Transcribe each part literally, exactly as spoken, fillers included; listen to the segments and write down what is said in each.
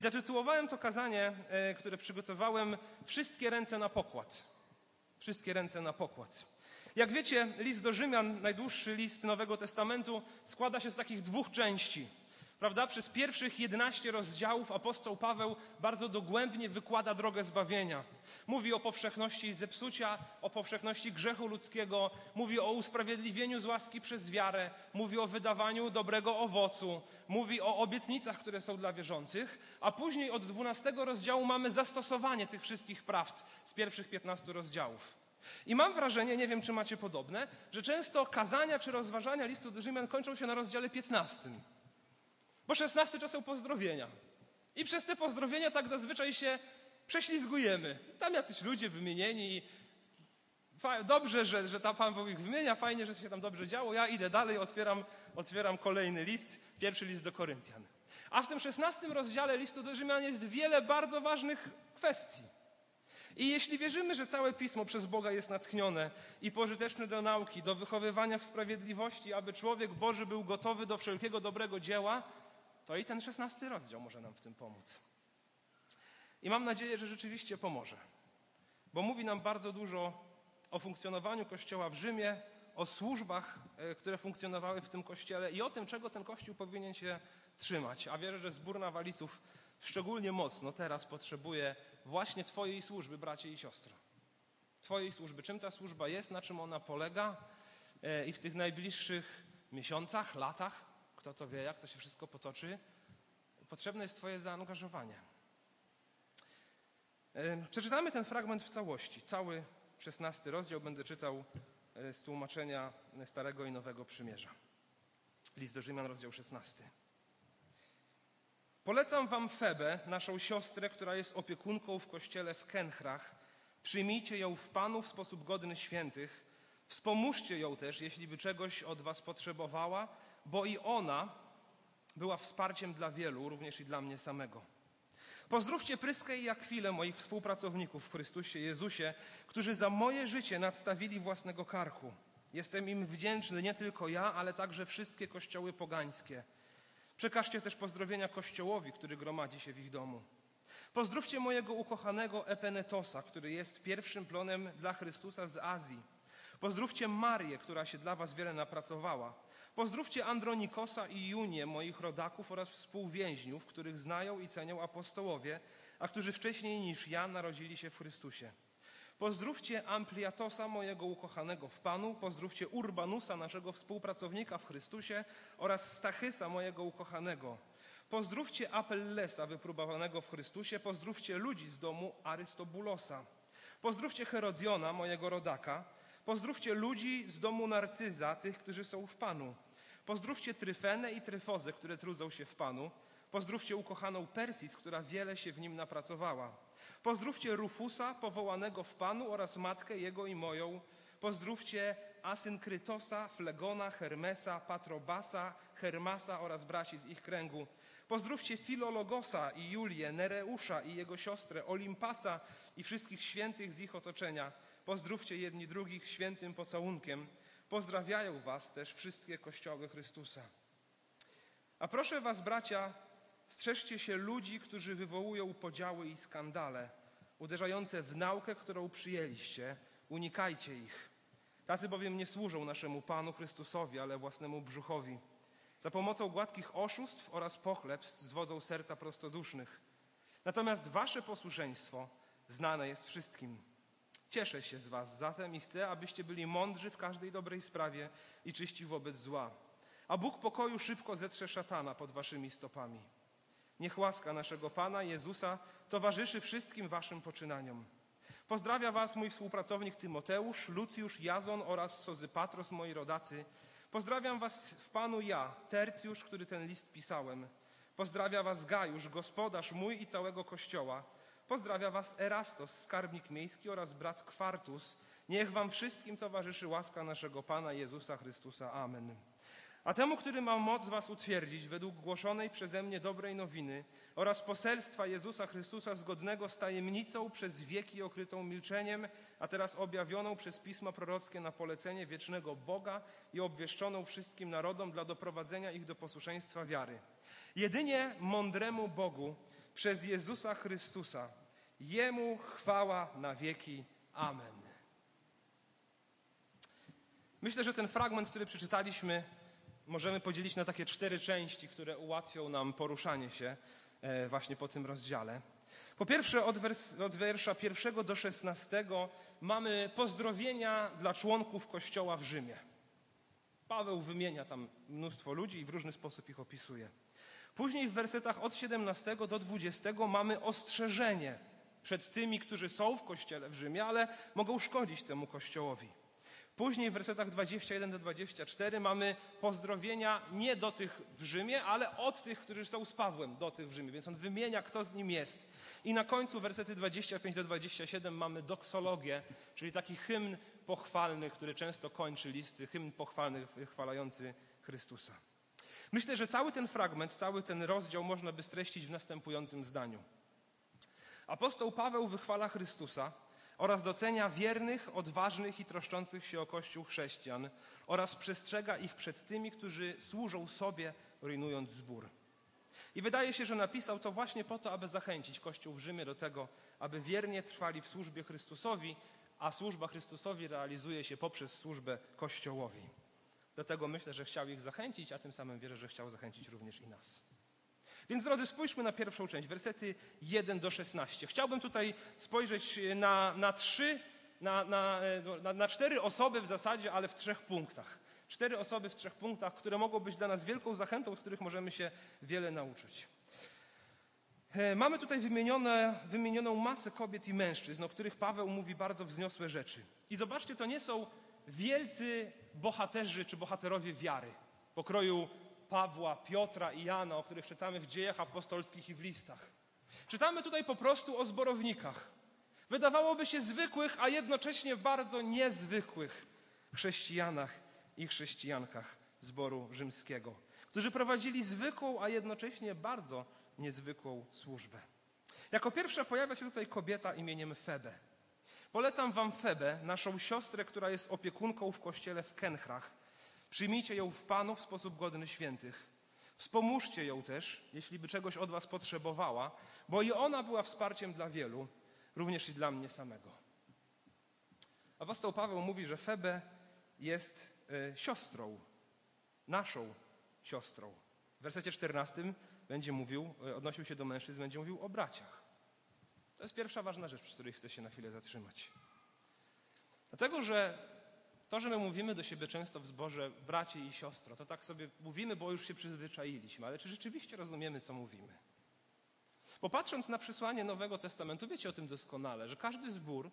Zatytułowałem to kazanie, które przygotowałem, Wszystkie ręce na pokład. Wszystkie ręce na pokład. Jak wiecie, list do Rzymian, najdłuższy list Nowego Testamentu, składa się z takich dwóch części. Prawda? Przez pierwszych jedenaście rozdziałów apostoł Paweł bardzo dogłębnie wykłada drogę zbawienia. Mówi o powszechności zepsucia, o powszechności grzechu ludzkiego, mówi o usprawiedliwieniu z łaski przez wiarę, mówi o wydawaniu dobrego owocu, mówi o obietnicach, które są dla wierzących, a później od dwunastego rozdziału mamy zastosowanie tych wszystkich prawd z pierwszych piętnastu rozdziałów. I mam wrażenie, nie wiem czy macie podobne, że często kazania czy rozważania listu do Rzymian kończą się na rozdziale piętnastym. Bo szesnasty to są pozdrowienia. I przez te pozdrowienia tak zazwyczaj się prześlizgujemy. Tam jacyś ludzie wymienieni. Dobrze, że, że ta Pan Bóg ich wymienia, fajnie, że się tam dobrze działo. Ja idę dalej, otwieram, otwieram kolejny list, pierwszy list do Koryntian. A w tym szesnastym rozdziale listu do Rzymian jest wiele bardzo ważnych kwestii. I jeśli wierzymy, że całe Pismo przez Boga jest natchnione i pożyteczne do nauki, do wychowywania w sprawiedliwości, aby człowiek Boży był gotowy do wszelkiego dobrego dzieła, to i ten szesnasty rozdział może nam w tym pomóc. I mam nadzieję, że rzeczywiście pomoże, bo mówi nam bardzo dużo o funkcjonowaniu Kościoła w Rzymie, o służbach, które funkcjonowały w tym Kościele i o tym, czego ten Kościół powinien się trzymać. A wierzę, że zbór Nawalisów szczególnie mocno teraz potrzebuje właśnie Twojej służby, bracie i siostro. Twojej służby. Czym ta służba jest, na czym ona polega i w tych najbliższych miesiącach, latach, kto to wie, jak to się wszystko potoczy, potrzebne jest Twoje zaangażowanie. Przeczytamy ten fragment w całości. Cały szesnasty rozdział będę czytał z tłumaczenia Starego i Nowego Przymierza. List do Rzymian, rozdział szesnasty. Polecam wam Febę, naszą siostrę, która jest opiekunką w kościele w Kenchrach. Przyjmijcie ją w Panu w sposób godny świętych. Wspomóżcie ją też, jeśli by czegoś od was potrzebowała, bo i ona była wsparciem dla wielu, również i dla mnie samego. Pozdrówcie Pryskę i Akwilę, moich współpracowników w Chrystusie Jezusie, którzy za moje życie nadstawili własnego karku. Jestem im wdzięczny, nie tylko ja, ale także wszystkie kościoły pogańskie. Przekażcie też pozdrowienia Kościołowi, który gromadzi się w ich domu. Pozdrówcie mojego ukochanego Epenetosa, który jest pierwszym plonem dla Chrystusa z Azji. Pozdrówcie Marię, która się dla was wiele napracowała. Pozdrówcie Andronikosa i Junię, moich rodaków oraz współwięźniów, których znają i cenią apostołowie, a którzy wcześniej niż ja narodzili się w Chrystusie. Pozdrówcie Ampliatosa, mojego ukochanego w Panu, pozdrówcie Urbanusa, naszego współpracownika w Chrystusie oraz Stachysa, mojego ukochanego. Pozdrówcie Apellesa, wypróbowanego w Chrystusie, pozdrówcie ludzi z domu Arystobulosa. Pozdrówcie Herodiona, mojego rodaka. Pozdrówcie ludzi z domu Narcyza, tych, którzy są w Panu. Pozdrówcie Tryfenę i Tryfozę, które trudzą się w Panu. Pozdrówcie ukochaną Persis, która wiele się w nim napracowała. Pozdrówcie Rufusa, powołanego w Panu, oraz matkę jego i moją. Pozdrówcie Asynkrytosa, Flegona, Hermesa, Patrobasa, Hermasa oraz braci z ich kręgu. Pozdrówcie Filologosa i Julię, Nereusza i jego siostrę, Olimpasa i wszystkich świętych z ich otoczenia. Pozdrówcie jedni drugich świętym pocałunkiem. Pozdrawiają was też wszystkie kościoły Chrystusa. A proszę was, bracia, strzeżcie się ludzi, którzy wywołują podziały i skandale, uderzające w naukę, którą przyjęliście. Unikajcie ich. Tacy bowiem nie służą naszemu Panu Chrystusowi, ale własnemu brzuchowi. Za pomocą gładkich oszustw oraz pochlebstw zwodzą serca prostodusznych. Natomiast wasze posłuszeństwo znane jest wszystkim. Cieszę się z was zatem i chcę, abyście byli mądrzy w każdej dobrej sprawie i czyści wobec zła. A Bóg pokoju szybko zetrze szatana pod waszymi stopami. Niech łaska naszego Pana Jezusa towarzyszy wszystkim waszym poczynaniom. Pozdrawia was mój współpracownik Tymoteusz, Lucjusz, Jazon oraz Sozypatros, moi rodacy. Pozdrawiam was w Panu ja, Tercjusz, który ten list pisałem. Pozdrawia was Gajusz, gospodarz mój i całego Kościoła. Pozdrawia was Erastos, skarbnik miejski, oraz brat Kwartus. Niech wam wszystkim towarzyszy łaska naszego Pana Jezusa Chrystusa. Amen. A temu, który ma moc was utwierdzić według głoszonej przeze mnie dobrej nowiny oraz poselstwa Jezusa Chrystusa zgodnego z tajemnicą przez wieki okrytą milczeniem, a teraz objawioną przez pisma prorockie na polecenie wiecznego Boga i obwieszczoną wszystkim narodom dla doprowadzenia ich do posłuszeństwa wiary. Jedynie mądremu Bogu przez Jezusa Chrystusa. Jemu chwała na wieki. Amen. Myślę, że ten fragment, który przeczytaliśmy, możemy podzielić na takie cztery części, które ułatwią nam poruszanie się właśnie po tym rozdziale. Po pierwsze, od, wers od wiersza pierwszego do szesnastego mamy pozdrowienia dla członków Kościoła w Rzymie. Paweł wymienia tam mnóstwo ludzi i w różny sposób ich opisuje. Później w wersetach od siedemnastego do dwudziestego mamy ostrzeżenie przed tymi, którzy są w Kościele w Rzymie, ale mogą szkodzić temu Kościołowi. Później w wersetach dwudziestego pierwszego do dwudziestego czwartego mamy pozdrowienia nie do tych w Rzymie, ale od tych, którzy są z Pawłem, do tych w Rzymie. Więc on wymienia, kto z nim jest. I na końcu wersety dwudziestego piątego do dwudziestego siódmego mamy doksologię, czyli taki hymn pochwalny, który często kończy listy, hymn pochwalny, chwalający Chrystusa. Myślę, że cały ten fragment, cały ten rozdział można by streścić w następującym zdaniu. Apostoł Paweł wychwala Chrystusa oraz docenia wiernych, odważnych i troszczących się o Kościół chrześcijan oraz przestrzega ich przed tymi, którzy służą sobie, rujnując zbór. I wydaje się, że napisał to właśnie po to, aby zachęcić Kościół w Rzymie do tego, aby wiernie trwali w służbie Chrystusowi, a służba Chrystusowi realizuje się poprzez służbę Kościołowi. Dlatego myślę, że chciał ich zachęcić, a tym samym wierzę, że chciał zachęcić również i nas. Więc drodzy, spójrzmy na pierwszą część, wersety jeden do szesnastego. Chciałbym tutaj spojrzeć na, na trzy, na, na, na, na cztery osoby w zasadzie, ale w trzech punktach. Cztery osoby w trzech punktach, które mogą być dla nas wielką zachętą, z których możemy się wiele nauczyć. Mamy tutaj wymienione, wymienioną masę kobiet i mężczyzn, o których Paweł mówi bardzo wzniosłe rzeczy. I zobaczcie, to nie są wielcy bohaterzy czy bohaterowie wiary, pokroju Pawła, Piotra i Jana, o których czytamy w Dziejach Apostolskich i w listach. Czytamy tutaj po prostu o zborownikach. Wydawałoby się zwykłych, a jednocześnie bardzo niezwykłych chrześcijanach i chrześcijankach zboru rzymskiego, którzy prowadzili zwykłą, a jednocześnie bardzo niezwykłą służbę. Jako pierwsza pojawia się tutaj kobieta imieniem Febe. Polecam wam Febę, naszą siostrę, która jest opiekunką w kościele w Kenchrach. Przyjmijcie ją w Panu w sposób godny świętych. Wspomóżcie ją też, jeśli by czegoś od was potrzebowała, bo i ona była wsparciem dla wielu, również i dla mnie samego. Apostoł Paweł mówi, że Febe jest y, siostrą, naszą siostrą. W wersecie czternastym będzie mówił, y, odnosił się do mężczyzn, będzie mówił o braciach. To jest pierwsza ważna rzecz, przy której chcę się na chwilę zatrzymać. Dlatego, że to, że my mówimy do siebie często w zborze bracie i siostro, to tak sobie mówimy, bo już się przyzwyczailiśmy, ale czy rzeczywiście rozumiemy, co mówimy? Bo patrząc na przesłanie Nowego Testamentu, wiecie o tym doskonale, że każdy zbór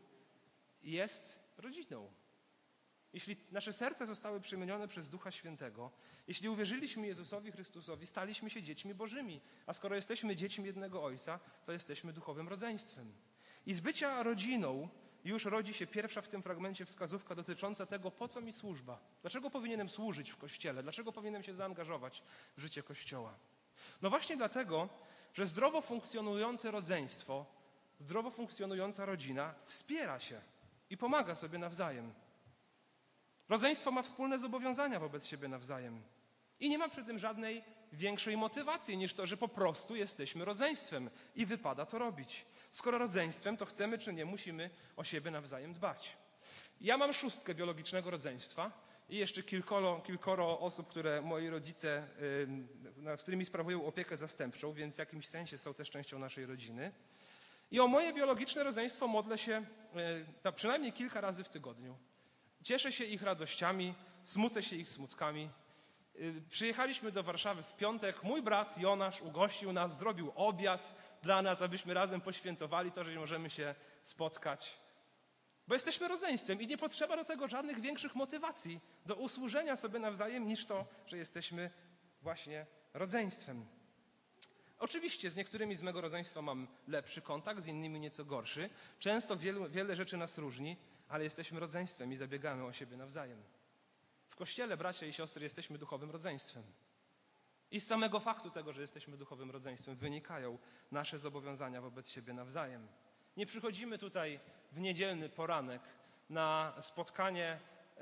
jest rodziną. Jeśli nasze serca zostały przemienione przez Ducha Świętego, jeśli uwierzyliśmy Jezusowi Chrystusowi, staliśmy się dziećmi Bożymi, a skoro jesteśmy dziećmi jednego Ojca, to jesteśmy duchowym rodzeństwem. I z bycia rodziną już rodzi się pierwsza w tym fragmencie wskazówka dotycząca tego, po co mi służba. Dlaczego powinienem służyć w Kościele? Dlaczego powinienem się zaangażować w życie Kościoła? No właśnie dlatego, że zdrowo funkcjonujące rodzeństwo, zdrowo funkcjonująca rodzina wspiera się i pomaga sobie nawzajem. Rodzeństwo ma wspólne zobowiązania wobec siebie nawzajem. I nie ma przy tym żadnej większej motywacji niż to, że po prostu jesteśmy rodzeństwem i wypada to robić. Skoro rodzeństwem, to chcemy czy nie, musimy o siebie nawzajem dbać. Ja mam szóstkę biologicznego rodzeństwa i jeszcze kilkoro, kilkoro osób, które moi rodzice, nad którymi sprawują opiekę zastępczą, więc w jakimś sensie są też częścią naszej rodziny. I o moje biologiczne rodzeństwo modlę się na przynajmniej kilka razy w tygodniu. Cieszę się ich radościami, smucę się ich smutkami. Przyjechaliśmy do Warszawy w piątek. Mój brat Jonasz ugościł nas, zrobił obiad dla nas, abyśmy razem poświętowali to, że możemy się spotkać. Bo jesteśmy rodzeństwem i nie potrzeba do tego żadnych większych motywacji do usłużenia sobie nawzajem niż to, że jesteśmy właśnie rodzeństwem. Oczywiście z niektórymi z mego rodzeństwa mam lepszy kontakt, z innymi nieco gorszy. Często wiele, wiele rzeczy nas różni, ale jesteśmy rodzeństwem i zabiegamy o siebie nawzajem. W Kościele, bracia i siostry, jesteśmy duchowym rodzeństwem. I z samego faktu tego, że jesteśmy duchowym rodzeństwem, wynikają nasze zobowiązania wobec siebie nawzajem. Nie przychodzimy tutaj w niedzielny poranek na spotkanie e,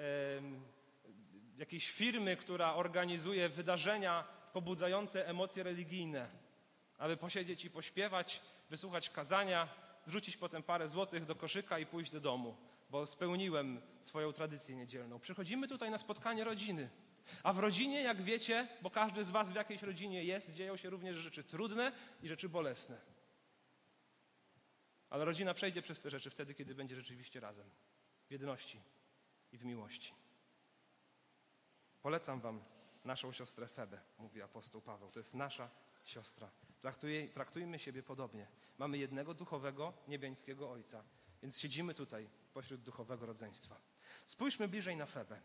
jakiejś firmy, która organizuje wydarzenia pobudzające emocje religijne. aby posiedzieć i pośpiewać, wysłuchać kazania, wrzucić potem parę złotych do koszyka i pójść do domu, bo spełniłem swoją tradycję niedzielną. Przychodzimy tutaj na spotkanie rodziny, a w rodzinie, jak wiecie, bo każdy z was w jakiejś rodzinie jest, dzieją się również rzeczy trudne i rzeczy bolesne. Ale rodzina przejdzie przez te rzeczy wtedy, kiedy będzie rzeczywiście razem, w jedności i w miłości. Polecam wam naszą siostrę Febę, mówi apostoł Paweł. To jest nasza siostra. Traktuje, traktujmy siebie podobnie. Mamy jednego duchowego, niebiańskiego Ojca, więc siedzimy tutaj pośród duchowego rodzeństwa. Spójrzmy bliżej na Febę.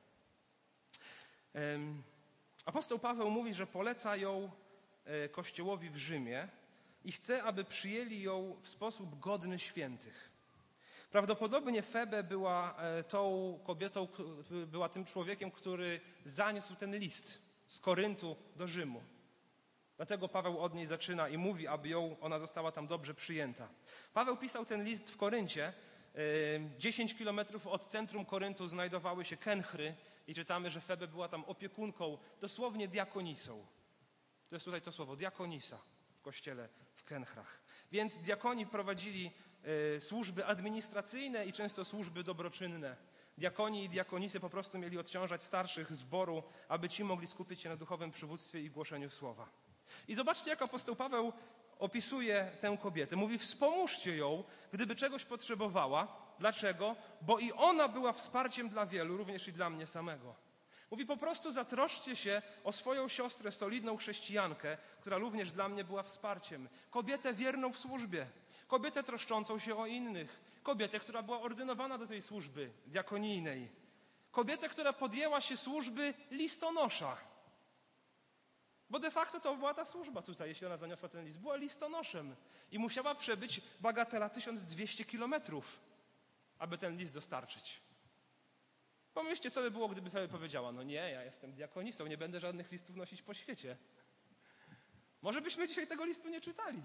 Um, apostoł Paweł mówi, że poleca ją e, Kościołowi w Rzymie i chce, aby przyjęli ją w sposób godny świętych. Prawdopodobnie Febe była e, tą kobietą, k- była tym człowiekiem, który zaniósł ten list z Koryntu do Rzymu. Dlatego Paweł od niej zaczyna i mówi, aby ją, ona została tam dobrze przyjęta. Paweł pisał ten list w Koryncie. dziesięć kilometrów od centrum Koryntu znajdowały się Kenchry i czytamy, że Febe była tam opiekunką, dosłownie diakonisą. To jest tutaj to słowo, diakonisa w kościele w Kenchrach. Więc diakoni prowadzili y, służby administracyjne i często służby dobroczynne. Diakoni i diakonisy po prostu mieli odciążać starszych zboru, aby ci mogli skupić się na duchowym przywództwie i głoszeniu słowa. I zobaczcie, jak apostoł Paweł opisuje tę kobietę. Mówi, wspomóżcie ją, gdyby czegoś potrzebowała. Dlaczego? Bo i ona była wsparciem dla wielu, również i dla mnie samego. Mówi, po prostu zatroszczcie się o swoją siostrę, solidną chrześcijankę, która również dla mnie była wsparciem. Kobietę wierną w służbie, kobietę troszczącą się o innych, kobietę, która była ordynowana do tej służby diakonijnej, kobietę, która podjęła się służby listonosza. Bo de facto to była ta służba tutaj, jeśli ona zaniosła ten list. Była listonoszem i musiała przebyć bagatela tysiąc dwieście kilometrów, aby ten list dostarczyć. Pomyślcie, co by było, gdyby Febe powiedziała, no nie, ja jestem diakonisą, nie będę żadnych listów nosić po świecie. Może byśmy dzisiaj tego listu nie czytali.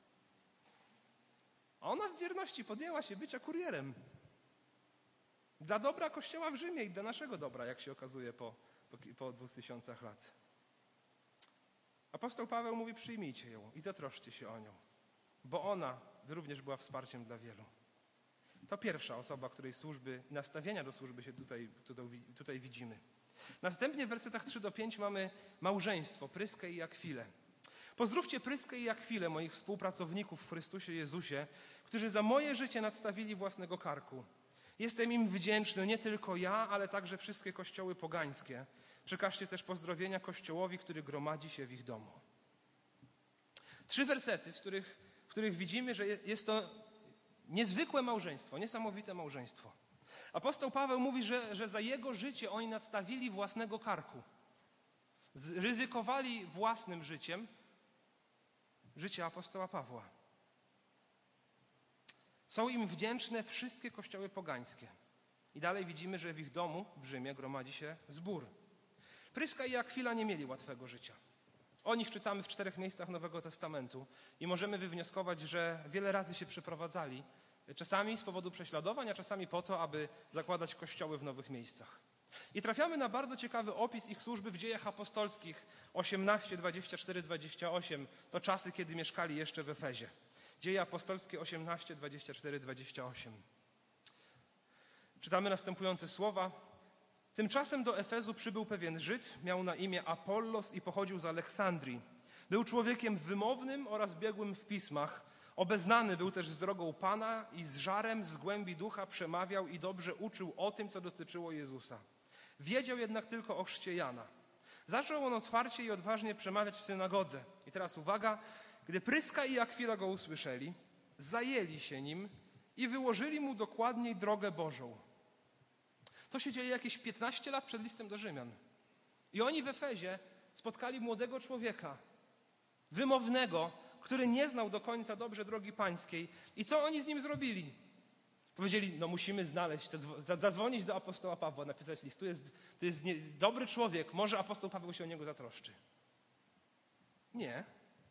A ona w wierności podjęła się bycia kurierem. Dla dobra Kościoła w Rzymie i dla naszego dobra, jak się okazuje po, po, po dwóch tysiącach lat. Apostoł Paweł mówi, przyjmijcie ją i zatroszcie się o nią, bo ona również była wsparciem dla wielu. To pierwsza osoba, której służby, nastawienia do służby się tutaj, tutaj, tutaj widzimy. Następnie w wersetach trzy do pięciu mamy małżeństwo, Pryskę i Akwilę. Pozdrówcie Pryskę i Akwilę, moich współpracowników w Chrystusie Jezusie, którzy za moje życie nadstawili własnego karku. Jestem im wdzięczny, nie tylko ja, ale także wszystkie kościoły pogańskie. Przekażcie też pozdrowienia Kościołowi, który gromadzi się w ich domu. Trzy wersety, z których, w których widzimy, że jest to niezwykłe małżeństwo, niesamowite małżeństwo. Apostoł Paweł mówi, że, że za jego życie oni nadstawili własnego karku. Ryzykowali własnym życiem życie apostoła Pawła. Są im wdzięczne wszystkie kościoły pogańskie. I dalej widzimy, że w ich domu w Rzymie gromadzi się zbór. Pryska i Akwila nie mieli łatwego życia. O nich czytamy w czterech miejscach Nowego Testamentu i możemy wywnioskować, że wiele razy się przeprowadzali, czasami z powodu prześladowań, a czasami po to, aby zakładać kościoły w nowych miejscach. I trafiamy na bardzo ciekawy opis ich służby w Dziejach Apostolskich osiemnaście, dwadzieścia cztery, dwadzieścia osiem. To czasy, kiedy mieszkali jeszcze w Efezie. Dzieje Apostolskie osiemnaście, dwadzieścia cztery, dwadzieścia osiem. Czytamy następujące słowa. Tymczasem do Efezu przybył pewien Żyd, miał na imię Apollos i pochodził z Aleksandrii. Był człowiekiem wymownym oraz biegłym w pismach. Obeznany był też z drogą Pana i z żarem z głębi ducha przemawiał i dobrze uczył o tym, co dotyczyło Jezusa. Wiedział jednak tylko o chrzcie Jana. Zaczął on otwarcie i odważnie przemawiać w synagodze. I teraz uwaga, gdy Pryska i Akwila go usłyszeli, zajęli się nim i wyłożyli mu dokładniej drogę Bożą. To się dzieje jakieś piętnaście lat przed listem do Rzymian. I oni w Efezie spotkali młodego człowieka, wymownego, który nie znał do końca dobrze drogi pańskiej. I co oni z nim zrobili? Powiedzieli, no musimy znaleźć, zadzwonić do apostoła Pawła, napisać list. Tu jest, tu jest nie, dobry człowiek, może apostoł Paweł się o niego zatroszczy. Nie.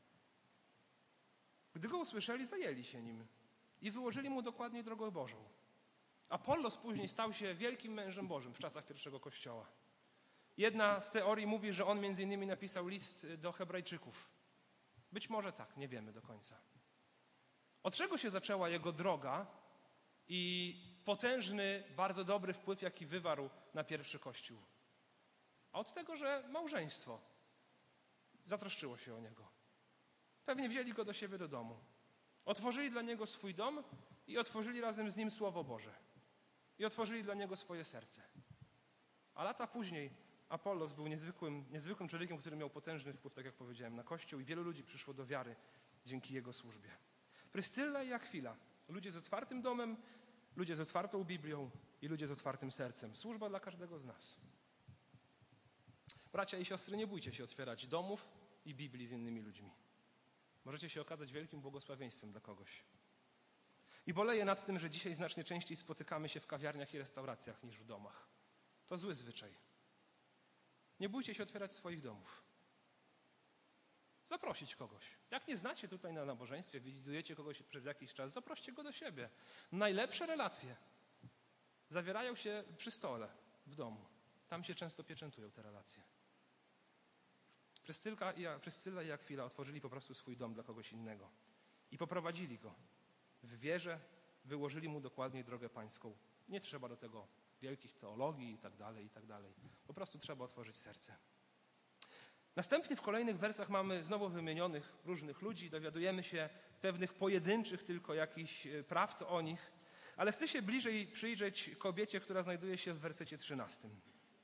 Gdy go usłyszeli, zajęli się nim i wyłożyli mu dokładnie drogę Bożą. Apollos później stał się wielkim mężem Bożym w czasach pierwszego Kościoła. Jedna z teorii mówi, że on między innymi napisał list do Hebrajczyków. Być może tak, nie wiemy do końca. Od czego się zaczęła jego droga i potężny, bardzo dobry wpływ, jaki wywarł na pierwszy Kościół? A od tego, że małżeństwo zatroszczyło się o niego. Pewnie wzięli go do siebie do domu. Otworzyli dla niego swój dom i otworzyli razem z nim Słowo Boże. I otworzyli dla niego swoje serce. A lata później Apollos był niezwykłym, niezwykłym człowiekiem, który miał potężny wpływ, tak jak powiedziałem, na Kościół i wielu ludzi przyszło do wiary dzięki jego służbie. Pryscylla i Akwila, ludzie z otwartym domem, ludzie z otwartą Biblią i ludzie z otwartym sercem. Służba dla każdego z nas. Bracia i siostry, nie bójcie się otwierać domów i Biblii z innymi ludźmi. Możecie się okazać wielkim błogosławieństwem dla kogoś. I boleję nad tym, że dzisiaj znacznie częściej spotykamy się w kawiarniach i restauracjach niż w domach. To zły zwyczaj. Nie bójcie się otwierać swoich domów. Zaprosić kogoś. Jak nie znacie tutaj na nabożeństwie, widujecie kogoś przez jakiś czas, zaproście go do siebie. Najlepsze relacje zawierają się przy stole, w domu. Tam się często pieczętują te relacje. Pryscylla i, Pryscylla i Akwila otworzyli po prostu swój dom dla kogoś innego. I poprowadzili go. W wierze wyłożyli mu dokładnie drogę pańską. Nie trzeba do tego wielkich teologii i tak dalej, i tak dalej. Po prostu trzeba otworzyć serce. Następnie w kolejnych wersach mamy znowu wymienionych różnych ludzi. Dowiadujemy się pewnych pojedynczych tylko jakichś prawd o nich. Ale chcę się bliżej przyjrzeć kobiecie, która znajduje się w wersecie trzynastym.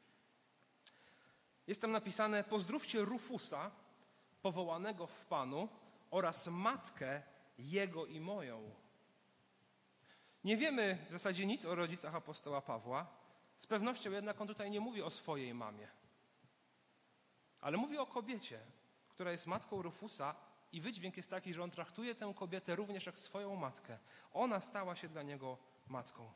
Jest tam napisane: pozdrówcie Rufusa, powołanego w Panu, oraz matkę jego i moją. Nie wiemy w zasadzie nic o rodzicach apostoła Pawła. Z pewnością jednak on tutaj nie mówi o swojej mamie. Ale mówi o kobiecie, która jest matką Rufusa i wydźwięk jest taki, że on traktuje tę kobietę również jak swoją matkę. Ona stała się dla niego matką.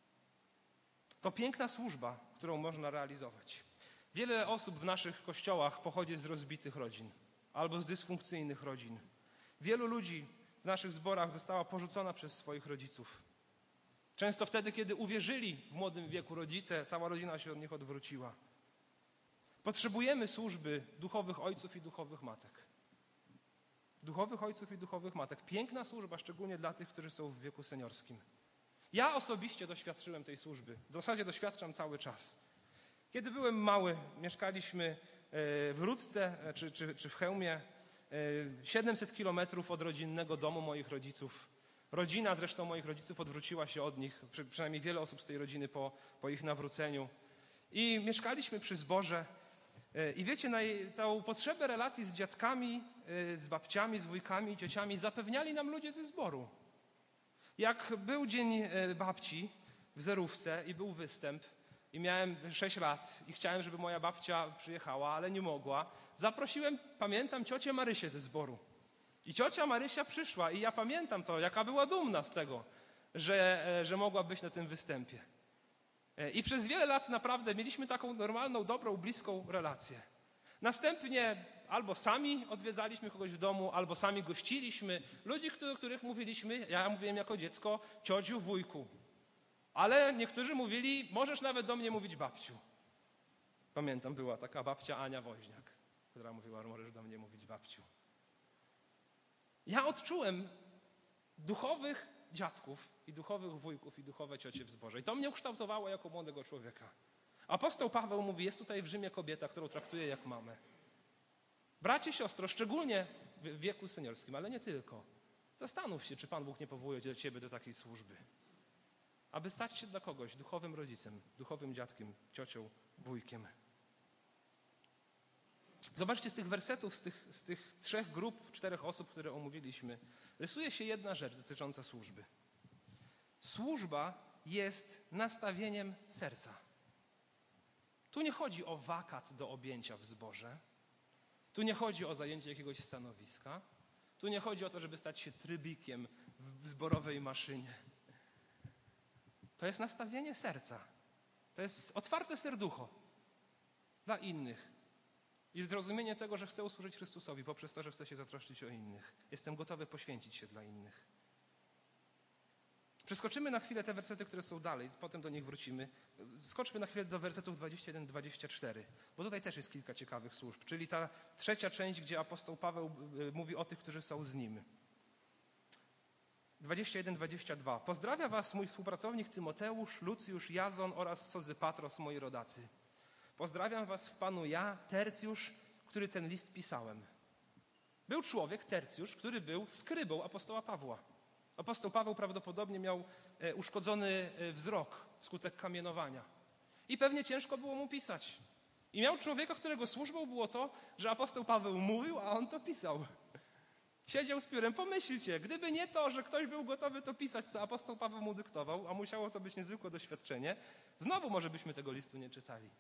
To piękna służba, którą można realizować. Wiele osób w naszych kościołach pochodzi z rozbitych rodzin albo z dysfunkcyjnych rodzin. Wielu ludzi w naszych zborach została porzucona przez swoich rodziców. Często wtedy, kiedy uwierzyli w młodym wieku rodzice, cała rodzina się od nich odwróciła. Potrzebujemy służby duchowych ojców i duchowych matek. Duchowych ojców i duchowych matek. Piękna służba, szczególnie dla tych, którzy są w wieku seniorskim. Ja osobiście doświadczyłem tej służby. W zasadzie doświadczam cały czas. Kiedy byłem mały, mieszkaliśmy w Rudce czy, czy, czy w Chełmie, siedemset kilometrów od rodzinnego domu moich rodziców. Rodzina zresztą moich rodziców odwróciła się od nich, przy, przynajmniej wiele osób z tej rodziny po, po ich nawróceniu. I mieszkaliśmy przy zborze. I wiecie, na tą potrzebę relacji z dziadkami, z babciami, z wujkami, ciociami zapewniali nam ludzie ze zboru. Jak był dzień babci w zerówce i był występ i miałem sześć lat i chciałem, żeby moja babcia przyjechała, ale nie mogła, zaprosiłem, pamiętam, ciocię Marysię ze zboru. I ciocia Marysia przyszła i ja pamiętam to, jaka była dumna z tego, że, że mogła być na tym występie. I przez wiele lat naprawdę mieliśmy taką normalną, dobrą, bliską relację. Następnie albo sami odwiedzaliśmy kogoś w domu, albo sami gościliśmy ludzi, do których mówiliśmy, ja mówiłem jako dziecko, ciociu, wujku. Ale niektórzy mówili, możesz nawet do mnie mówić babciu. Pamiętam, była taka babcia Ania Woźniak, która mówiła, możesz do mnie mówić babciu. Ja odczułem duchowych dziadków i duchowych wujków i duchowe ciocie w zborze. I to mnie ukształtowało jako młodego człowieka. Apostoł Paweł mówi, jest tutaj w Rzymie kobieta, którą traktuje jak mamę. Bracie, siostro, szczególnie w wieku seniorskim, ale nie tylko. Zastanów się, czy Pan Bóg nie powołuje do ciebie do takiej służby. Aby stać się dla kogoś duchowym rodzicem, duchowym dziadkiem, ciocią, wujkiem. Zobaczcie, z tych wersetów, z tych, z tych trzech grup, czterech osób, które omówiliśmy, rysuje się jedna rzecz dotycząca służby. Służba jest nastawieniem serca. Tu nie chodzi o wakat do objęcia w zborze. Tu nie chodzi o zajęcie jakiegoś stanowiska. Tu nie chodzi o to, żeby stać się trybikiem w zborowej maszynie. To jest nastawienie serca. To jest otwarte serducho dla innych. I zrozumienie tego, że chcę usłużyć Chrystusowi poprzez to, że chcę się zatroszczyć o innych. Jestem gotowy poświęcić się dla innych. Przeskoczymy na chwilę te wersety, które są dalej, potem do nich wrócimy. Skoczmy na chwilę do wersetów dwudziestego pierwszego do dwudziestego czwartego, bo tutaj też jest kilka ciekawych służb, czyli ta trzecia część, gdzie apostoł Paweł mówi o tych, którzy są z nim. dwudziesty pierwszy, dwudziesty drugi. Pozdrawia was mój współpracownik Tymoteusz, Lucjusz, Jazon oraz Sozypatros, moi rodacy. Pozdrawiam was w Panu ja, Tercjusz, który ten list pisałem. Był człowiek, Tercjusz, który był skrybą apostoła Pawła. Apostoł Paweł prawdopodobnie miał uszkodzony wzrok wskutek kamienowania. I pewnie ciężko było mu pisać. I miał człowieka, którego służbą było to, że apostoł Paweł mówił, a on to pisał. Siedział z piórem. Pomyślcie, gdyby nie to, że ktoś był gotowy to pisać, co apostoł Paweł mu dyktował, a musiało to być niezwykłe doświadczenie, znowu może byśmy tego listu nie czytali.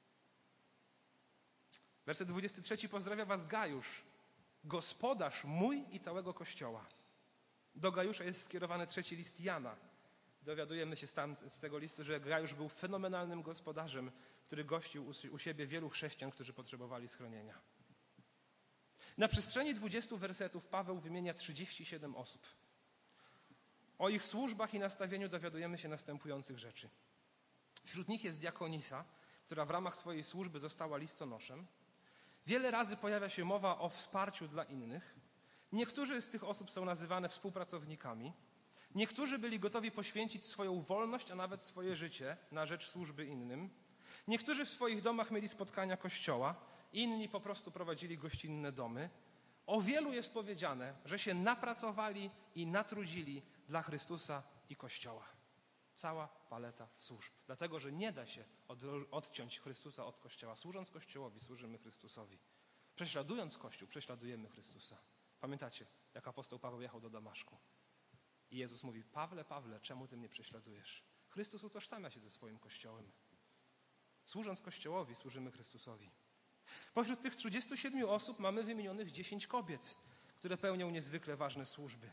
Werset dwudziesty trzeci. Pozdrawia was Gajusz, gospodarz mój i całego Kościoła. Do Gajusza jest skierowany trzeci list Jana. Dowiadujemy się z, tam, z tego listu, że Gajusz był fenomenalnym gospodarzem, który gościł u, u siebie wielu chrześcijan, którzy potrzebowali schronienia. Na przestrzeni dwudziestu wersetów Paweł wymienia trzydzieści siedem osób. O ich służbach i nastawieniu dowiadujemy się następujących rzeczy. Wśród nich jest diakonisa, która w ramach swojej służby została listonoszem. Wiele razy pojawia się mowa o wsparciu dla innych. Niektórzy z tych osób są nazywane współpracownikami. Niektórzy byli gotowi poświęcić swoją wolność, a nawet swoje życie na rzecz służby innym. Niektórzy w swoich domach mieli spotkania Kościoła, inni po prostu prowadzili gościnne domy. O wielu jest powiedziane, że się napracowali i natrudzili dla Chrystusa i Kościoła. Cała paleta służb. Dlatego, że nie da się od, odciąć Chrystusa od Kościoła. Służąc Kościołowi, służymy Chrystusowi. Prześladując Kościół, prześladujemy Chrystusa. Pamiętacie, jak apostoł Paweł jechał do Damaszku? I Jezus mówi: Pawle, Pawle, czemu ty mnie prześladujesz? Chrystus utożsamia się ze swoim Kościołem. Służąc Kościołowi, służymy Chrystusowi. Pośród tych trzydziestu siedmiu osób mamy wymienionych dziesięć kobiet, które pełnią niezwykle ważne służby.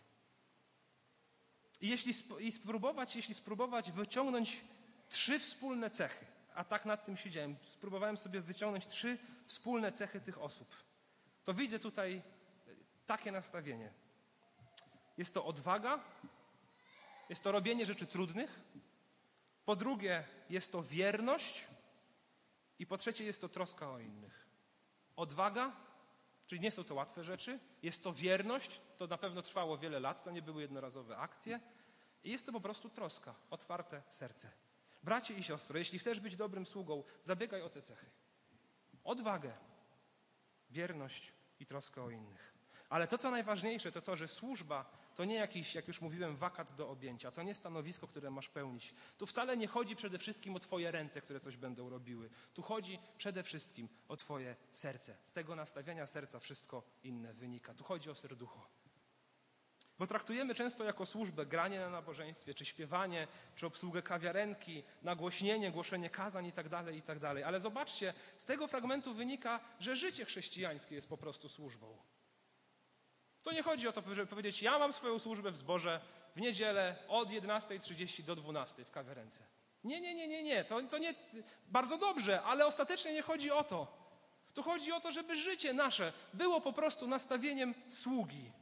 I jeśli i spróbować, jeśli spróbować wyciągnąć trzy wspólne cechy, a tak nad tym siedziałem, spróbowałem sobie wyciągnąć trzy wspólne cechy tych osób, to widzę tutaj takie nastawienie. Jest to odwaga, jest to robienie rzeczy trudnych, po drugie jest to wierność i po trzecie jest to troska o innych. Odwaga, czyli nie są to łatwe rzeczy, jest to wierność, to na pewno trwało wiele lat, to nie były jednorazowe akcje i jest to po prostu troska, otwarte serce. Bracie i siostro, jeśli chcesz być dobrym sługą, zabiegaj o te cechy. Odwagę, wierność i troskę o innych. Ale to, co najważniejsze, to to, że służba to nie jakiś, jak już mówiłem, wakat do objęcia. To nie stanowisko, które masz pełnić. Tu wcale nie chodzi przede wszystkim o twoje ręce, które coś będą robiły. Tu chodzi przede wszystkim o twoje serce. Z tego nastawienia serca wszystko inne wynika. Tu chodzi o serducho. Bo traktujemy często jako służbę granie na nabożeństwie, czy śpiewanie, czy obsługę kawiarenki, nagłośnienie, głoszenie kazań i tak dalej, i tak dalej. Ale zobaczcie, z tego fragmentu wynika, że życie chrześcijańskie jest po prostu służbą. To nie chodzi o to, żeby powiedzieć: ja mam swoją służbę w zborze w niedzielę od jedenastej trzydzieści do dwunastej w kawiarence. Nie, nie, nie, nie, nie. To, to nie. Bardzo dobrze, ale ostatecznie nie chodzi o to. Tu chodzi o to, żeby życie nasze było po prostu nastawieniem sługi.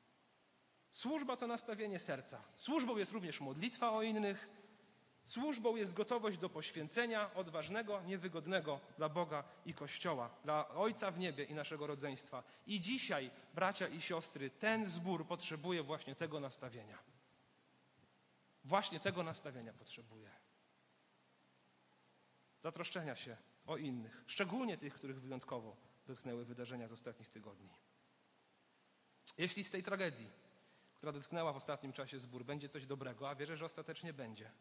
Służba to nastawienie serca. Służbą jest również modlitwa o innych. Służbą jest gotowość do poświęcenia odważnego, niewygodnego dla Boga i Kościoła, dla Ojca w niebie i naszego rodzeństwa. I dzisiaj, bracia i siostry, ten zbór potrzebuje właśnie tego nastawienia. Właśnie tego nastawienia potrzebuje. Zatroszczenia się o innych, szczególnie tych, których wyjątkowo dotknęły wydarzenia z ostatnich tygodni. Jeśli z tej tragedii, która dotknęła w ostatnim czasie zbór, będzie coś dobrego, a wierzę, że ostatecznie będzie,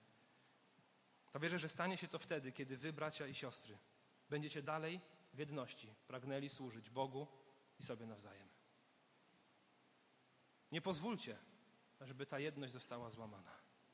to wierzę, że stanie się to wtedy, kiedy wy, bracia i siostry, będziecie dalej w jedności pragnęli służyć Bogu i sobie nawzajem. Nie pozwólcie, żeby ta jedność została złamana.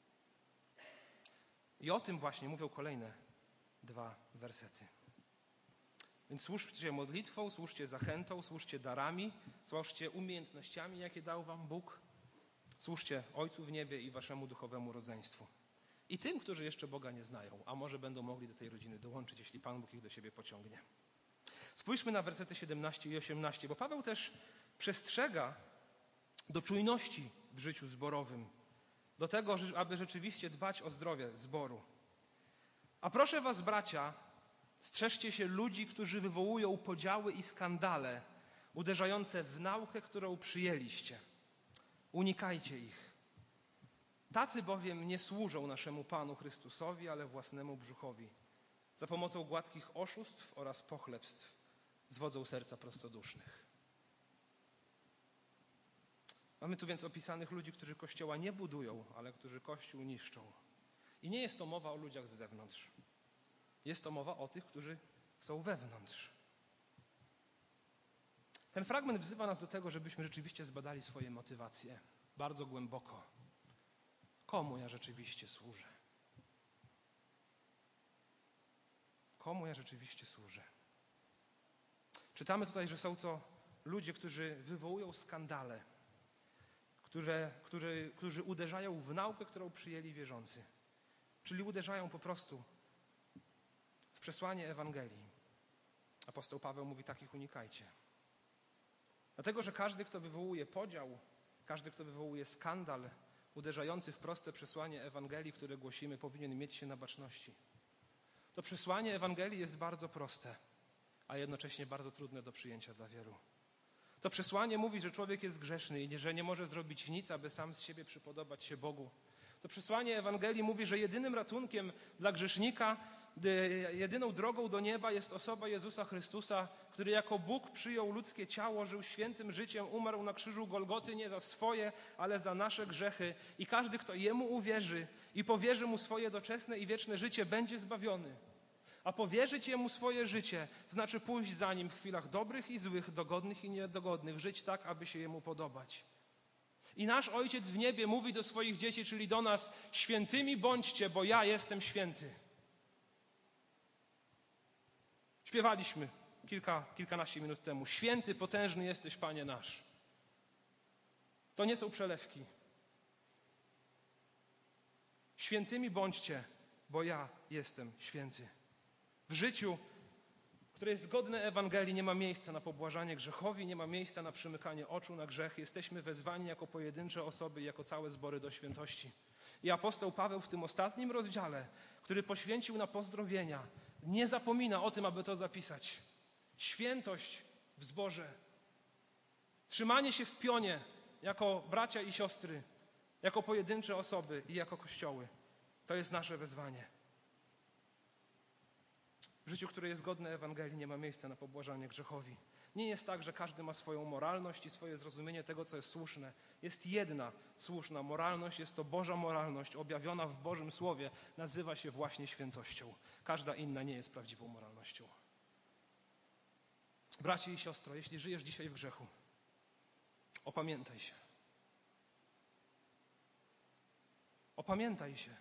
I o tym właśnie mówią kolejne dwa wersety. Więc służcie modlitwą, służcie zachętą, służcie darami, służcie umiejętnościami, jakie dał wam Bóg. Służcie Ojcu w niebie i waszemu duchowemu rodzeństwu. I tym, którzy jeszcze Boga nie znają, a może będą mogli do tej rodziny dołączyć, jeśli Pan Bóg ich do siebie pociągnie. Spójrzmy na wersety siedemnaście i osiemnaście, bo Paweł też przestrzega do czujności w życiu zborowym. do tego, aby rzeczywiście dbać o zdrowie zboru. A proszę was, bracia, strzeżcie się ludzi, którzy wywołują podziały i skandale uderzające w naukę, którą przyjęliście. Unikajcie ich. Tacy bowiem nie służą naszemu Panu Chrystusowi, ale własnemu brzuchowi. Za pomocą gładkich oszustw oraz pochlebstw zwodzą serca prostodusznych. Mamy tu więc opisanych ludzi, którzy Kościoła nie budują, ale którzy Kościół niszczą. I nie jest to mowa o ludziach z zewnątrz. Jest to mowa o tych, którzy są wewnątrz. Ten fragment wzywa nas do tego, żebyśmy rzeczywiście zbadali swoje motywacje bardzo głęboko. Komu ja rzeczywiście służę? Komu ja rzeczywiście służę? Czytamy tutaj, że są to ludzie, którzy wywołują skandale, które, którzy, którzy uderzają w naukę, którą przyjęli wierzący. Czyli uderzają po prostu w przesłanie Ewangelii. Apostoł Paweł mówi: takich unikajcie. Dlatego, że każdy, kto wywołuje podział, każdy, kto wywołuje skandal uderzający w proste przesłanie Ewangelii, które głosimy, powinien mieć się na baczności. To przesłanie Ewangelii jest bardzo proste, a jednocześnie bardzo trudne do przyjęcia dla wielu. To przesłanie mówi, że człowiek jest grzeszny i że nie może zrobić nic, aby sam z siebie przypodobać się Bogu. To przesłanie Ewangelii mówi, że jedynym ratunkiem dla grzesznika, jedyną drogą do nieba jest osoba Jezusa Chrystusa, który jako Bóg przyjął ludzkie ciało, żył świętym życiem, umarł na krzyżu Golgoty nie za swoje, ale za nasze grzechy. I każdy, kto Jemu uwierzy i powierzy Mu swoje doczesne i wieczne życie, będzie zbawiony. A powierzyć Jemu swoje życie znaczy pójść za Nim w chwilach dobrych i złych, dogodnych i niedogodnych, żyć tak, aby się Jemu podobać. I nasz Ojciec w niebie mówi do swoich dzieci, czyli do nas: świętymi bądźcie, bo ja jestem święty. Śpiewaliśmy kilka, kilkanaście minut temu: święty, potężny jesteś, Panie nasz. To nie są przelewki. Świętymi bądźcie, bo ja jestem święty. W życiu, które jest zgodne Ewangelii, nie ma miejsca na pobłażanie grzechowi, nie ma miejsca na przymykanie oczu na grzech. Jesteśmy wezwani jako pojedyncze osoby i jako całe zbory do świętości. I apostoł Paweł w tym ostatnim rozdziale, który poświęcił na pozdrowienia, nie zapomina o tym, aby to zapisać. Świętość w zborze. Trzymanie się w pionie jako bracia i siostry, jako pojedyncze osoby i jako kościoły. To jest nasze wezwanie. W życiu, które jest godne Ewangelii, nie ma miejsca na pobłażanie grzechowi. Nie jest tak, że każdy ma swoją moralność i swoje zrozumienie tego, co jest słuszne. Jest jedna słuszna moralność, jest to Boża moralność, objawiona w Bożym Słowie. Nazywa się właśnie świętością. Każda inna nie jest prawdziwą moralnością. Bracie i siostro, jeśli żyjesz dzisiaj w grzechu, opamiętaj się. Opamiętaj się.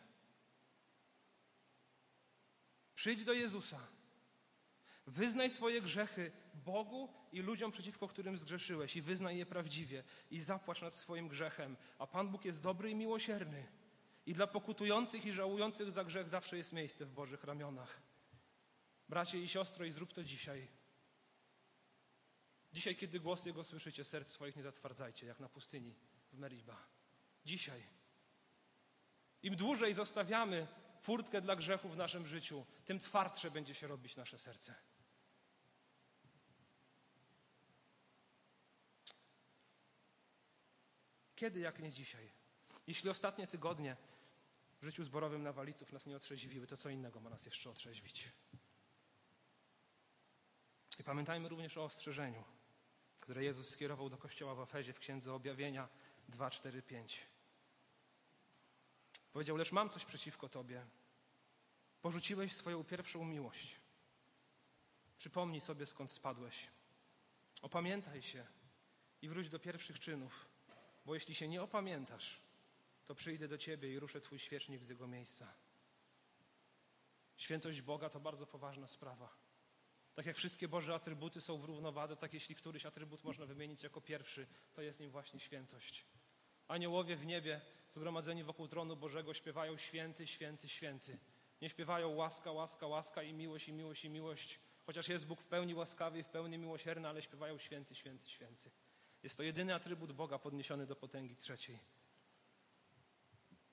Przyjdź do Jezusa. Wyznaj swoje grzechy Bogu i ludziom, przeciwko którym zgrzeszyłeś, i wyznaj je prawdziwie i zapłacz nad swoim grzechem. A Pan Bóg jest dobry i miłosierny. I dla pokutujących i żałujących za grzech zawsze jest miejsce w Bożych ramionach. Bracie i siostro, i zrób to dzisiaj. Dzisiaj, kiedy głos Jego słyszycie, serc swoich nie zatwardzajcie, jak na pustyni w Meriba. Dzisiaj. Im dłużej zostawiamy furtkę dla grzechu w naszym życiu, tym twardsze będzie się robić nasze serce. Kiedy, jak nie dzisiaj? Jeśli ostatnie tygodnie w życiu zborowym Nawaliców nas nie otrzeźwiły, to co innego ma nas jeszcze otrzeźwić? I pamiętajmy również o ostrzeżeniu, które Jezus skierował do Kościoła w Efezie w Księdze Objawienia dwa, cztery, pięć. Powiedział: lecz mam coś przeciwko tobie. Porzuciłeś swoją pierwszą miłość. Przypomnij sobie, skąd spadłeś. Opamiętaj się i wróć do pierwszych czynów, bo jeśli się nie opamiętasz, to przyjdę do ciebie i ruszę twój świecznik z jego miejsca. Świętość Boga to bardzo poważna sprawa. Tak jak wszystkie Boże atrybuty są w równowadze, tak jeśli któryś atrybut można wymienić jako pierwszy, to jest nim właśnie świętość. Aniołowie w niebie, zgromadzeni wokół tronu Bożego, śpiewają: święty, święty, święty. Nie śpiewają łaska, łaska, łaska i miłość, i miłość, i miłość. Chociaż jest Bóg w pełni łaskawy i w pełni miłosierny, ale śpiewają: święty, święty, święty. Jest to jedyny atrybut Boga podniesiony do potęgi trzeciej.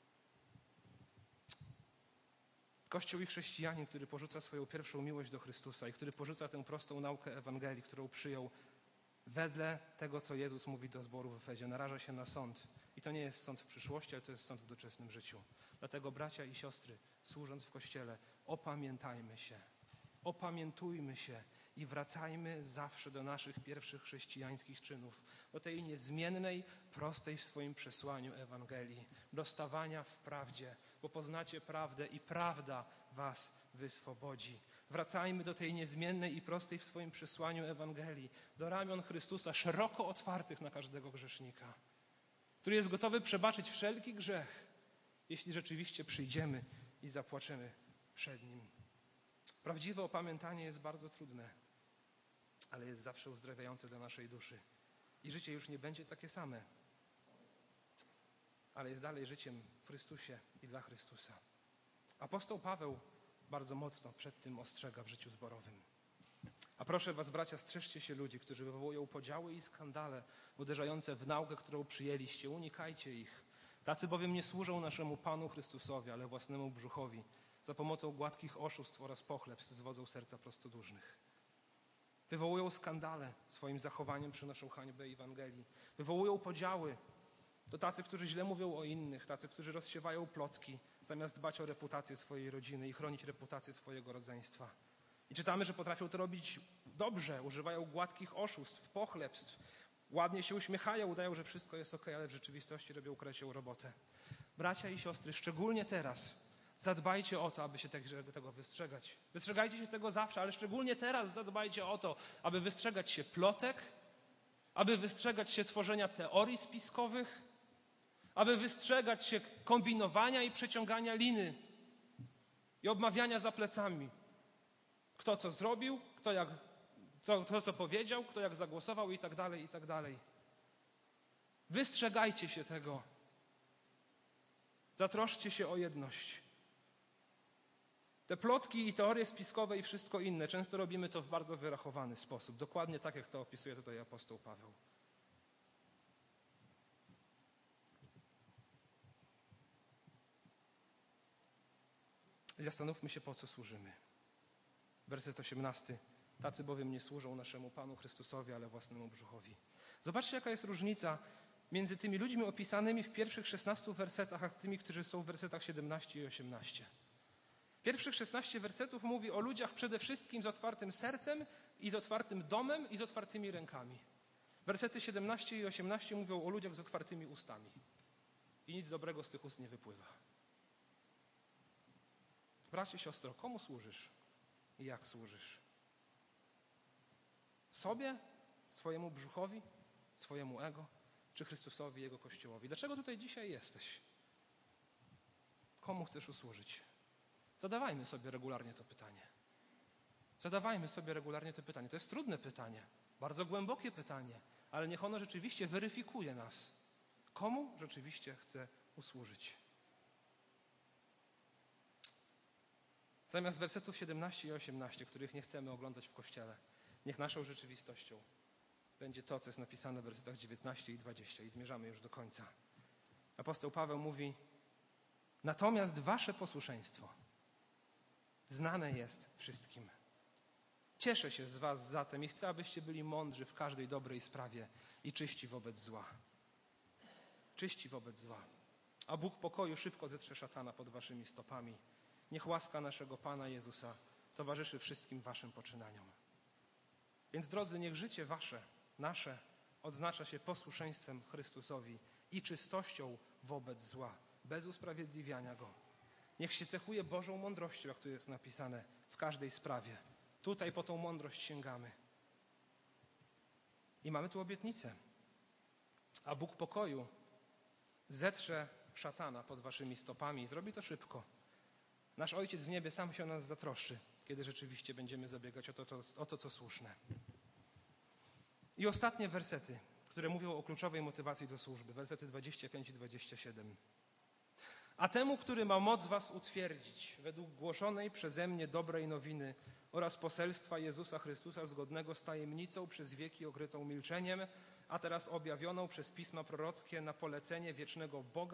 Kościół i chrześcijanin, który porzuca swoją pierwszą miłość do Chrystusa i który porzuca tę prostą naukę Ewangelii, którą przyjął wedle tego, co Jezus mówi do zboru w Efezie, naraża się na sąd. I to nie jest sąd w przyszłości, ale to jest sąd w doczesnym życiu. Dlatego, bracia i siostry, służąc w Kościele, opamiętajmy się, opamiętujmy się i wracajmy zawsze do naszych pierwszych chrześcijańskich czynów, do tej niezmiennej, prostej w swoim przesłaniu Ewangelii, do stawania w prawdzie, bo poznacie prawdę i prawda was wyswobodzi. Wracajmy do tej niezmiennej i prostej w swoim przesłaniu Ewangelii, do ramion Chrystusa szeroko otwartych na każdego grzesznika, który jest gotowy przebaczyć wszelki grzech, jeśli rzeczywiście przyjdziemy i zapłaczemy przed Nim. Prawdziwe opamiętanie jest bardzo trudne, ale jest zawsze uzdrawiające dla naszej duszy. I życie już nie będzie takie same, ale jest dalej życiem w Chrystusie i dla Chrystusa. Apostoł Paweł bardzo mocno przed tym ostrzega w życiu zborowym. A proszę was, bracia, strzeżcie się ludzi, którzy wywołują podziały i skandale uderzające w naukę, którą przyjęliście. Unikajcie ich. Tacy bowiem nie służą naszemu Panu Chrystusowi, ale własnemu brzuchowi. Za pomocą gładkich oszustw oraz pochlebstw zwodzą serca prostodusznych. Wywołują skandale, swoim zachowaniem przynoszą hańbę Ewangelii. Wywołują podziały. To tacy, którzy źle mówią o innych, tacy, którzy rozsiewają plotki, zamiast dbać o reputację swojej rodziny i chronić reputację swojego rodzeństwa. I czytamy, że potrafią to robić dobrze, używają gładkich oszustw, pochlebstw, ładnie się uśmiechają, udają, że wszystko jest okej, ale w rzeczywistości robią krecią robotę. Bracia i siostry, szczególnie teraz zadbajcie o to, aby się tego wystrzegać. Wystrzegajcie się tego zawsze, ale szczególnie teraz zadbajcie o to, aby wystrzegać się plotek, aby wystrzegać się tworzenia teorii spiskowych, aby wystrzegać się kombinowania i przeciągania liny i obmawiania za plecami. Kto co zrobił, kto, jak, kto, kto co powiedział, kto jak zagłosował i tak dalej, i tak dalej. Wystrzegajcie się tego. Zatroszczcie się o jedność. Te plotki i teorie spiskowe i wszystko inne, często robimy to w bardzo wyrachowany sposób. Dokładnie tak, jak to opisuje tutaj apostoł Paweł. Zastanówmy się, po co służymy. Werset osiemnasty. Tacy bowiem nie służą naszemu Panu Chrystusowi, ale własnemu brzuchowi. Zobaczcie, jaka jest różnica między tymi ludźmi opisanymi w pierwszych szesnastu wersetach, a tymi, którzy są w wersetach siedemnaście i osiemnaście. Pierwszych szesnaście wersetów mówi o ludziach przede wszystkim z otwartym sercem i z otwartym domem i z otwartymi rękami. Wersety siedemnaście i osiemnaście mówią o ludziach z otwartymi ustami. I nic dobrego z tych ust nie wypływa. Bracie, siostro, komu służysz i jak służysz? Sobie? Swojemu brzuchowi? Swojemu ego? Czy Chrystusowi i Jego Kościołowi? Dlaczego tutaj dzisiaj jesteś? Komu chcesz usłużyć? Zadawajmy sobie regularnie to pytanie. Zadawajmy sobie regularnie to pytanie. To jest trudne pytanie, bardzo głębokie pytanie, ale niech ono rzeczywiście weryfikuje nas. Komu rzeczywiście chcę usłużyć? Zamiast wersetów siedemnaście i osiemnaście, których nie chcemy oglądać w Kościele, niech naszą rzeczywistością będzie to, co jest napisane w wersetach dziewiętnaście i dwadzieścia. I zmierzamy już do końca. Apostoł Paweł mówi: natomiast wasze posłuszeństwo znane jest wszystkim. Cieszę się z was zatem i chcę, abyście byli mądrzy w każdej dobrej sprawie i czyści wobec zła. Czyści wobec zła. A Bóg pokoju szybko zetrze szatana pod waszymi stopami. Niech łaska naszego Pana Jezusa towarzyszy wszystkim waszym poczynaniom. Więc drodzy, niech życie wasze, nasze, odznacza się posłuszeństwem Chrystusowi i czystością wobec zła, bez usprawiedliwiania go. Niech się cechuje Bożą mądrością, jak tu jest napisane, w każdej sprawie. Tutaj po tą mądrość sięgamy. I mamy tu obietnicę. A Bóg pokoju zetrze szatana pod waszymi stopami i zrobi to szybko. Nasz Ojciec w niebie sam się o nas zatroszczy, kiedy rzeczywiście będziemy zabiegać o to, to, o to, co słuszne. I ostatnie wersety, które mówią o kluczowej motywacji do służby. Wersety dwadzieścia pięć i dwadzieścia siedem. A temu, który ma moc was utwierdzić według głoszonej przeze mnie dobrej nowiny oraz poselstwa Jezusa Chrystusa zgodnego z tajemnicą przez wieki okrytą milczeniem, a teraz objawioną przez pisma prorockie na polecenie wiecznego Boga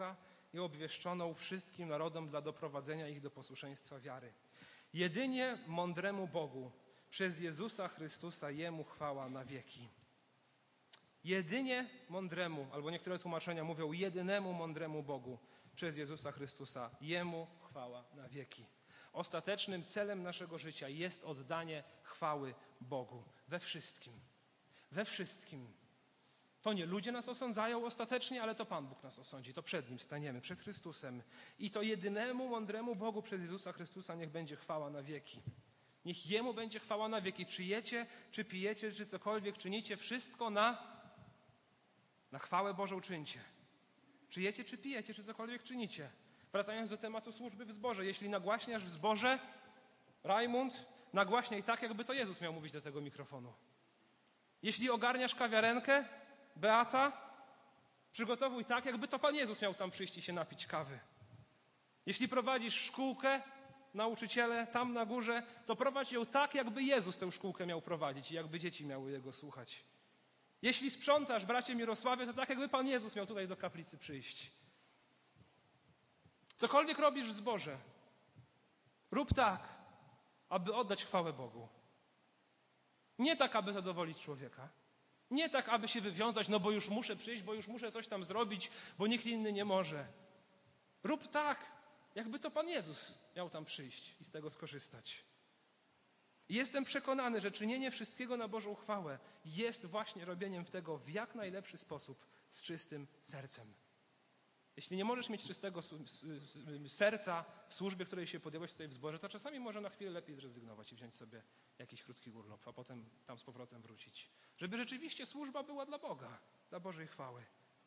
i obwieszczoną wszystkim narodom dla doprowadzenia ich do posłuszeństwa wiary. Jedynie mądremu Bogu, przez Jezusa Chrystusa, Jemu chwała na wieki. Jedynie mądremu, albo niektóre tłumaczenia mówią jedynemu mądremu Bogu, przez Jezusa Chrystusa, Jemu chwała na wieki. Ostatecznym celem naszego życia jest oddanie chwały Bogu we wszystkim. We wszystkim. To nie ludzie nas osądzają ostatecznie, ale to Pan Bóg nas osądzi. To przed Nim staniemy, przed Chrystusem. I to jedynemu mądremu Bogu przez Jezusa Chrystusa niech będzie chwała na wieki. Niech Jemu będzie chwała na wieki. Czy jecie, czy pijecie, czy cokolwiek czynicie, wszystko na, na chwałę Bożą czyńcie. Czy jecie, czy pijecie, czy cokolwiek czynicie. Wracając do tematu służby w zborze. Jeśli nagłaśniasz w zborze, Rajmund, nagłaśniaj tak, jakby to Jezus miał mówić do tego mikrofonu. Jeśli ogarniasz kawiarenkę, Beata, przygotowuj tak, jakby to Pan Jezus miał tam przyjść i się napić kawy. Jeśli prowadzisz szkółkę, nauczyciele tam na górze, to prowadź ją tak, jakby Jezus tę szkółkę miał prowadzić i jakby dzieci miały Jego słuchać. Jeśli sprzątasz, bracie Mirosławie, to tak, jakby Pan Jezus miał tutaj do kaplicy przyjść. Cokolwiek robisz w zborze, rób tak, aby oddać chwałę Bogu. Nie tak, aby zadowolić człowieka. Nie tak, aby się wywiązać, no bo już muszę przyjść, bo już muszę coś tam zrobić, bo nikt inny nie może. Rób tak, jakby to Pan Jezus miał tam przyjść i z tego skorzystać. I jestem przekonany, że czynienie wszystkiego na Bożą chwałę jest właśnie robieniem tego w jak najlepszy sposób, z czystym sercem. Jeśli nie możesz mieć czystego serca w służbie, której się podjąłeś tutaj w zborze, to czasami może na chwilę lepiej zrezygnować i wziąć sobie jakiś krótki urlop, a potem tam z powrotem wrócić. Żeby rzeczywiście służba była dla Boga, dla Bożej chwały.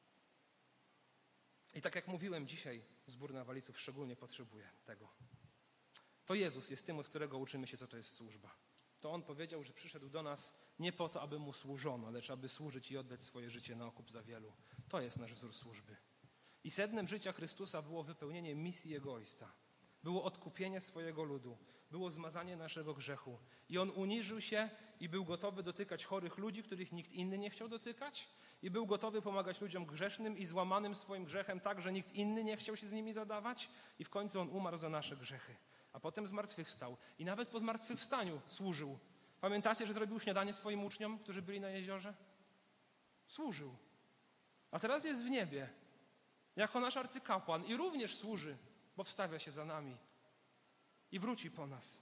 I tak jak mówiłem dzisiaj, zbór Nawalców szczególnie potrzebuje tego. To Jezus jest tym, od którego uczymy się, co to jest służba. To On powiedział, że przyszedł do nas nie po to, aby Mu służono, lecz aby służyć i oddać swoje życie na okup za wielu. To jest nasz wzór służby. I sednem życia Chrystusa było wypełnienie misji Jego Ojca. Było odkupienie swojego ludu. Było zmazanie naszego grzechu. I On uniżył się i był gotowy dotykać chorych ludzi, których nikt inny nie chciał dotykać. I był gotowy pomagać ludziom grzesznym i złamanym swoim grzechem tak, że nikt inny nie chciał się z nimi zadawać. I w końcu On umarł za nasze grzechy. A potem zmartwychwstał. I nawet po zmartwychwstaniu służył. Pamiętacie, że zrobił śniadanie swoim uczniom, którzy byli na jeziorze? Służył. A teraz jest w niebie. Jako nasz arcykapłan i również służy, bo wstawia się za nami i wróci po nas,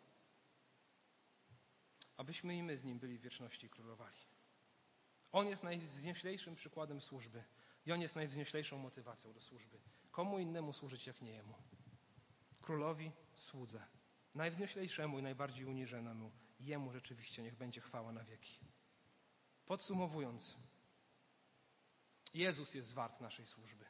abyśmy i my z Nim byli w wieczności królowali. On jest najwznioślejszym przykładem służby i On jest najwznioślejszą motywacją do służby. Komu innemu służyć, jak nie Jemu? Królowi słudze, najwznioślejszemu i najbardziej uniżenemu. Jemu rzeczywiście niech będzie chwała na wieki. Podsumowując, Jezus jest wart naszej służby.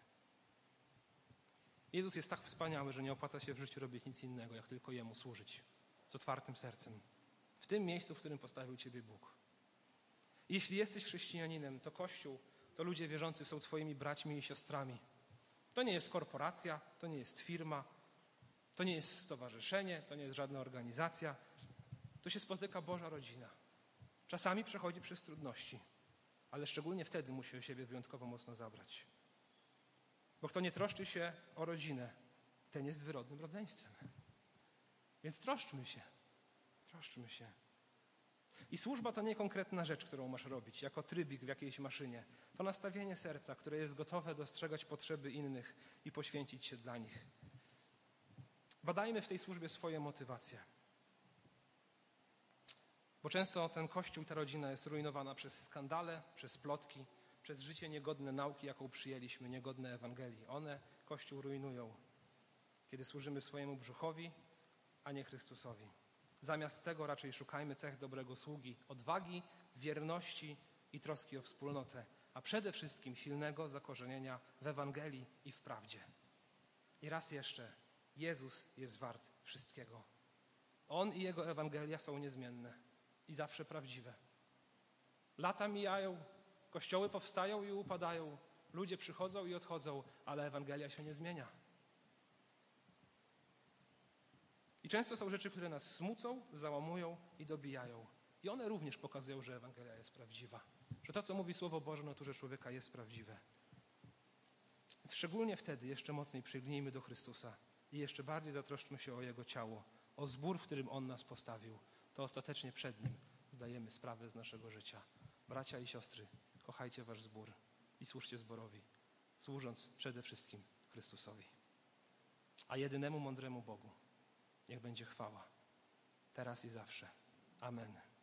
Jezus jest tak wspaniały, że nie opłaca się w życiu robić nic innego, jak tylko Jemu służyć. Z otwartym sercem. W tym miejscu, w którym postawił Ciebie Bóg. Jeśli jesteś chrześcijaninem, to Kościół, to ludzie wierzący są Twoimi braćmi i siostrami. To nie jest korporacja, to nie jest firma, to nie jest stowarzyszenie, to nie jest żadna organizacja. Tu się spotyka Boża rodzina. Czasami przechodzi przez trudności, ale szczególnie wtedy musi o siebie wyjątkowo mocno zabrać. Bo kto nie troszczy się o rodzinę, ten jest wyrodnym rodzeństwem. Więc troszczmy się. Troszczmy się. I służba to nie konkretna rzecz, którą masz robić, jako trybik w jakiejś maszynie. To nastawienie serca, które jest gotowe dostrzegać potrzeby innych i poświęcić się dla nich. Badajmy w tej służbie swoje motywacje. Bo często ten Kościół, ta rodzina jest rujnowana przez skandale, przez plotki, przez życie niegodne nauki, jaką przyjęliśmy, niegodne Ewangelii. One Kościół rujnują, kiedy służymy swojemu brzuchowi, a nie Chrystusowi. Zamiast tego raczej szukajmy cech dobrego sługi, odwagi, wierności i troski o wspólnotę, a przede wszystkim silnego zakorzenienia w Ewangelii i w prawdzie. I raz jeszcze, Jezus jest wart wszystkiego. On i Jego Ewangelia są niezmienne i zawsze prawdziwe. Lata mijają, kościoły powstają i upadają, ludzie przychodzą i odchodzą, ale Ewangelia się nie zmienia. I często są rzeczy, które nas smucą, załamują i dobijają. I one również pokazują, że Ewangelia jest prawdziwa. Że to, co mówi Słowo Boże o naturze człowieka, jest prawdziwe. Więc szczególnie wtedy jeszcze mocniej przygnijmy do Chrystusa i jeszcze bardziej zatroszczmy się o Jego ciało, o zbór, w którym On nas postawił. To ostatecznie przed Nim zdajemy sprawę z naszego życia. Bracia i siostry, kochajcie wasz zbór i służcie zborowi, służąc przede wszystkim Chrystusowi. A jedynemu mądremu Bogu niech będzie chwała, teraz i zawsze. Amen.